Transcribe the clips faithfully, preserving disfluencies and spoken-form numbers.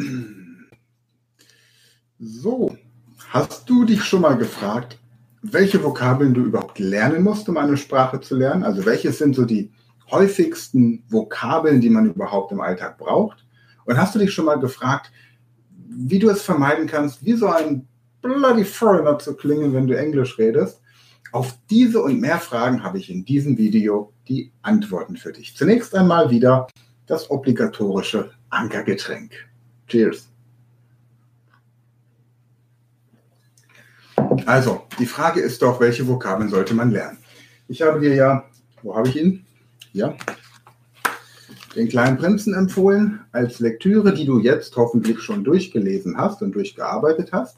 So, hast du dich schon mal gefragt, welche Vokabeln du überhaupt lernen musst, um eine Sprache zu lernen? Also welches sind so die häufigsten Vokabeln, die man überhaupt im Alltag braucht? Und hast du dich schon mal gefragt, wie du es vermeiden kannst, wie so ein bloody foreigner zu klingen, wenn du Englisch redest? Auf diese und mehr Fragen habe ich in diesem Video die Antworten für dich. Zunächst einmal wieder das obligatorische Ankergetränk. Cheers! Also, die Frage ist doch, welche Vokabeln sollte man lernen? Ich habe dir ja, wo habe ich ihn? Ja, den kleinen Prinzen empfohlen als Lektüre, die du jetzt hoffentlich schon durchgelesen hast und durchgearbeitet hast.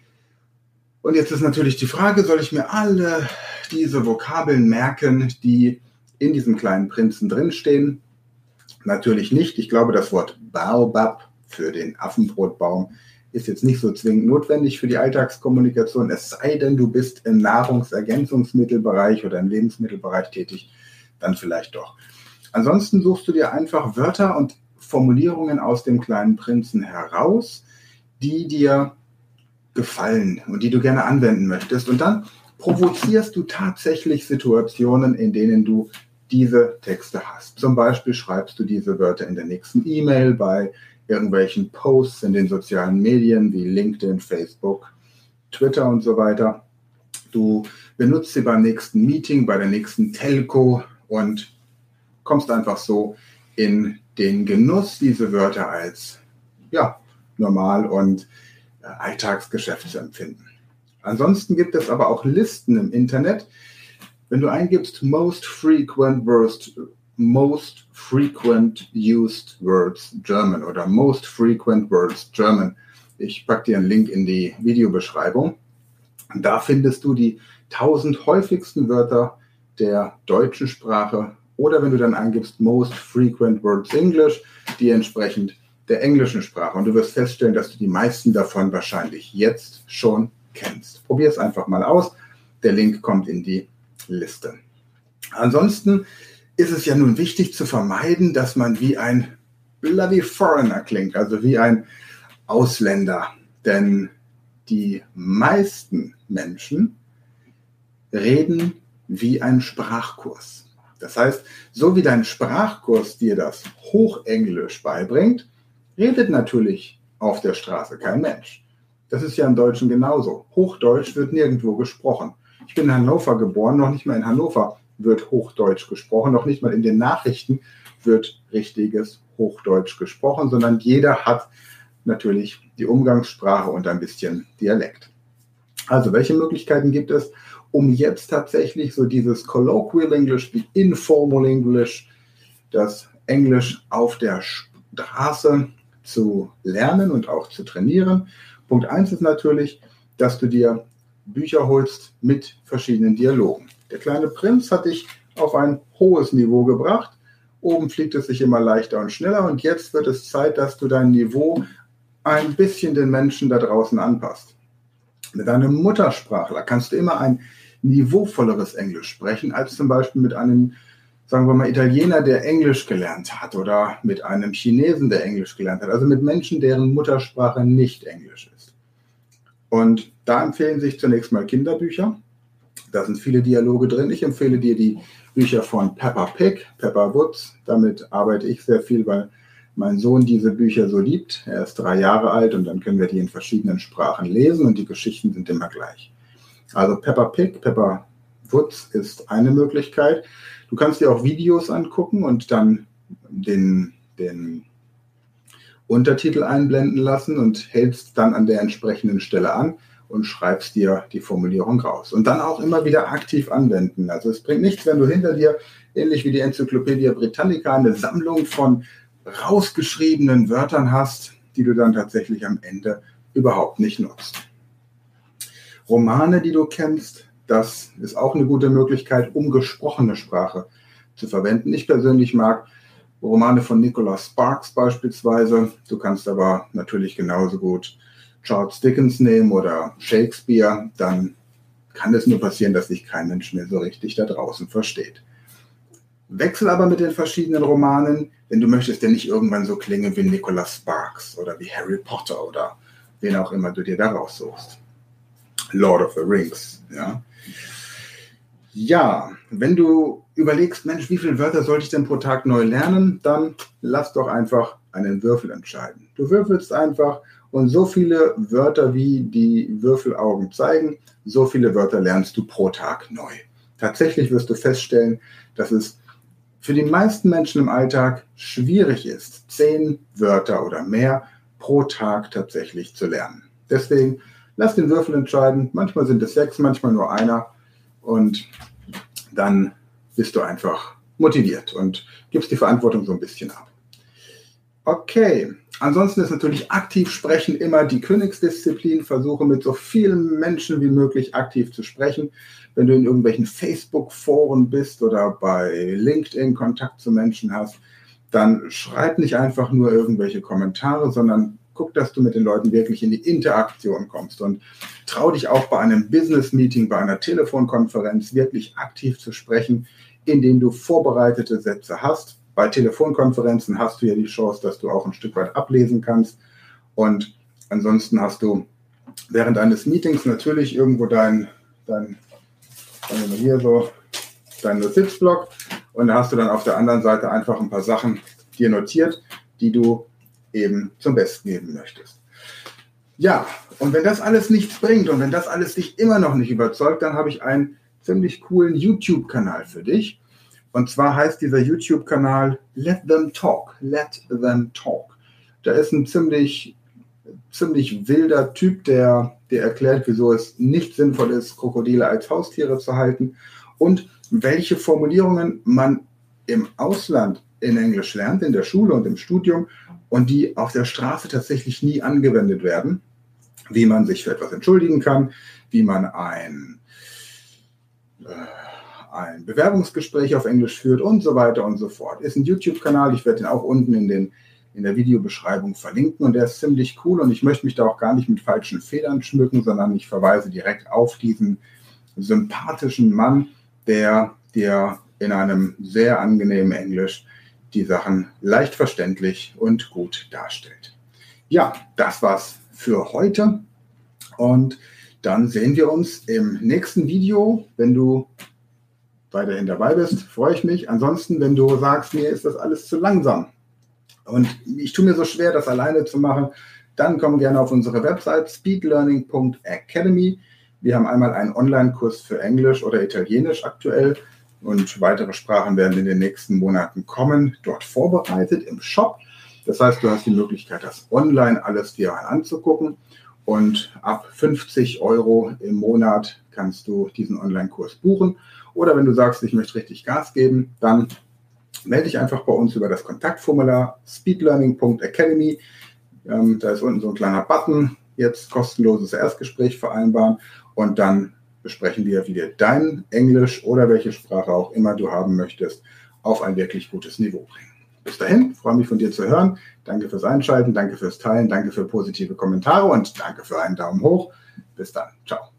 Und jetzt ist natürlich die Frage, soll ich mir alle diese Vokabeln merken, die in diesem kleinen Prinzen drinstehen? Natürlich nicht. Ich glaube, das Wort Baobab für den Affenbrotbaum ist jetzt nicht so zwingend notwendig für die Alltagskommunikation, es sei denn, du bist im Nahrungsergänzungsmittelbereich oder im Lebensmittelbereich tätig, dann vielleicht doch. Ansonsten suchst du dir einfach Wörter und Formulierungen aus dem kleinen Prinzen heraus, die dir gefallen und die du gerne anwenden möchtest. Und dann provozierst du tatsächlich Situationen, in denen du diese Texte hast. Zum Beispiel schreibst du diese Wörter in der nächsten E-Mail, bei irgendwelchen Posts in den sozialen Medien wie LinkedIn, Facebook, Twitter und so weiter. Du benutzt sie beim nächsten Meeting, bei der nächsten Telco und kommst einfach so in den Genuss, diese Wörter als ja, normal und äh, Alltagsgeschäft zu empfinden. Ansonsten gibt es aber auch Listen im Internet. Wenn du eingibst most frequent words, most frequent used words German oder most frequent words German, ich packe dir einen Link in die Videobeschreibung. Da findest du die tausend häufigsten Wörter der deutschen Sprache oder wenn du dann eingibst most frequent words English, die entsprechend der englischen Sprache. Und du wirst feststellen, dass du die meisten davon wahrscheinlich jetzt schon kennst. Probier es einfach mal aus. Der Link kommt in die Liste. Ansonsten ist es ja nun wichtig zu vermeiden, dass man wie ein bloody foreigner klingt, also wie ein Ausländer. Denn die meisten Menschen reden wie ein Sprachkurs. Das heißt, so wie dein Sprachkurs dir das Hochenglisch beibringt, redet natürlich auf der Straße kein Mensch. Das ist ja im Deutschen genauso. Hochdeutsch wird nirgendwo gesprochen. Ich bin in Hannover geboren, noch nicht mal in Hannover wird Hochdeutsch gesprochen, noch nicht mal in den Nachrichten wird richtiges Hochdeutsch gesprochen, sondern jeder hat natürlich die Umgangssprache und ein bisschen Dialekt. Also welche Möglichkeiten gibt es, um jetzt tatsächlich so dieses Colloquial English, wie Informal English, das Englisch auf der Straße zu lernen und auch zu trainieren? Punkt eins ist natürlich, dass du dir Bücher holst mit verschiedenen Dialogen. Der kleine Prinz hat dich auf ein hohes Niveau gebracht. Oben fliegt es sich immer leichter und schneller und jetzt wird es Zeit, dass du dein Niveau ein bisschen den Menschen da draußen anpasst. Mit einem Muttersprachler kannst du immer ein niveauvolleres Englisch sprechen, als zum Beispiel mit einem, sagen wir mal, Italiener, der Englisch gelernt hat oder mit einem Chinesen, der Englisch gelernt hat. Also mit Menschen, deren Muttersprache nicht Englisch ist. Und da empfehlen sich zunächst mal Kinderbücher. Da sind viele Dialoge drin. Ich empfehle dir die Bücher von Peppa Pig, Peppa Woods. Damit arbeite ich sehr viel, weil mein Sohn diese Bücher so liebt. Er ist drei Jahre alt und dann können wir die in verschiedenen Sprachen lesen und die Geschichten sind immer gleich. Also Peppa Pig, Peppa Woods ist eine Möglichkeit. Du kannst dir auch Videos angucken und dann den, den Untertitel einblenden lassen und hältst dann an der entsprechenden Stelle an und schreibst dir die Formulierung raus. Und dann auch immer wieder aktiv anwenden. Also es bringt nichts, wenn du hinter dir, ähnlich wie die Enzyklopädie Britannica, eine Sammlung von rausgeschriebenen Wörtern hast, die du dann tatsächlich am Ende überhaupt nicht nutzt. Romane, die du kennst, das ist auch eine gute Möglichkeit, um gesprochene Sprache zu verwenden. Ich persönlich mag Romane von Nicholas Sparks beispielsweise. Du kannst aber natürlich genauso gut Charles Dickens nehmen oder Shakespeare. Dann kann es nur passieren, dass sich kein Mensch mehr so richtig da draußen versteht. Wechsel aber mit den verschiedenen Romanen, denn du möchtest ja nicht irgendwann so klingen wie Nicholas Sparks oder wie Harry Potter oder wen auch immer du dir da raussuchst. Lord of the Rings, ja. Ja, wenn du überlegst, Mensch, wie viele Wörter sollte ich denn pro Tag neu lernen, dann lass doch einfach einen Würfel entscheiden. Du würfelst einfach und so viele Wörter, wie die Würfelaugen zeigen, so viele Wörter lernst du pro Tag neu. Tatsächlich wirst du feststellen, dass es für die meisten Menschen im Alltag schwierig ist, zehn Wörter oder mehr pro Tag tatsächlich zu lernen. Deswegen lass den Würfel entscheiden. Manchmal sind es sechs, manchmal nur einer. Und dann bist du einfach motiviert und gibst die Verantwortung so ein bisschen ab. Okay, ansonsten ist natürlich aktiv sprechen immer die Königsdisziplin. Versuche mit so vielen Menschen wie möglich aktiv zu sprechen. Wenn du in irgendwelchen Facebook-Foren bist oder bei LinkedIn Kontakt zu Menschen hast, dann schreib nicht einfach nur irgendwelche Kommentare, sondern guck, dass du mit den Leuten wirklich in die Interaktion kommst und trau dich auch bei einem Business-Meeting, bei einer Telefonkonferenz wirklich aktiv zu sprechen, indem du vorbereitete Sätze hast. Bei Telefonkonferenzen hast du ja die Chance, dass du auch ein Stück weit ablesen kannst und ansonsten hast du während eines Meetings natürlich irgendwo dein, dein, sagen wir mal hier so, dein Notizblock und da hast du dann auf der anderen Seite einfach ein paar Sachen dir notiert, die du eben zum Besten geben möchtest. Ja, und wenn das alles nichts bringt und wenn das alles dich immer noch nicht überzeugt, dann habe ich einen ziemlich coolen YouTube-Kanal für dich. Und zwar heißt dieser YouTube-Kanal Let Them Talk. Let Them Talk. Da ist ein ziemlich, ziemlich wilder Typ, der, der erklärt, wieso es nicht sinnvoll ist, Krokodile als Haustiere zu halten und welche Formulierungen man im Ausland in Englisch lernt, in der Schule und im Studium und die auf der Straße tatsächlich nie angewendet werden, wie man sich für etwas entschuldigen kann, wie man ein, äh, ein Bewerbungsgespräch auf Englisch führt und so weiter und so fort. Ist ein YouTube-Kanal, ich werde den auch unten in, den, in der Videobeschreibung verlinken und der ist ziemlich cool und ich möchte mich da auch gar nicht mit falschen Federn schmücken, sondern ich verweise direkt auf diesen sympathischen Mann, der dir in einem sehr angenehmen Englisch die Sachen leicht verständlich und gut darstellt. Ja, das war's für heute und dann sehen wir uns im nächsten Video. Wenn du weiterhin dabei bist, freue ich mich. Ansonsten, wenn du sagst, mir ist das alles zu langsam und ich tue mir so schwer, das alleine zu machen, dann komm gerne auf unsere Website speedlearning punkt academy. Wir haben einmal einen Online-Kurs für Englisch oder Italienisch aktuell. Und weitere Sprachen werden in den nächsten Monaten kommen, dort vorbereitet im Shop. Das heißt, du hast die Möglichkeit, das online alles dir anzugucken. Und ab fünfzig Euro im Monat kannst du diesen Online-Kurs buchen. Oder wenn du sagst, ich möchte richtig Gas geben, dann melde dich einfach bei uns über das Kontaktformular speedlearning punkt academy. Ähm, da ist unten so ein kleiner Button, jetzt kostenloses Erstgespräch vereinbaren und dann besprechen wir, wie wir dein Englisch oder welche Sprache auch immer du haben möchtest, auf ein wirklich gutes Niveau bringen. Bis dahin, freue mich von dir zu hören. Danke fürs Einschalten, danke fürs Teilen, danke für positive Kommentare und danke für einen Daumen hoch. Bis dann. Ciao.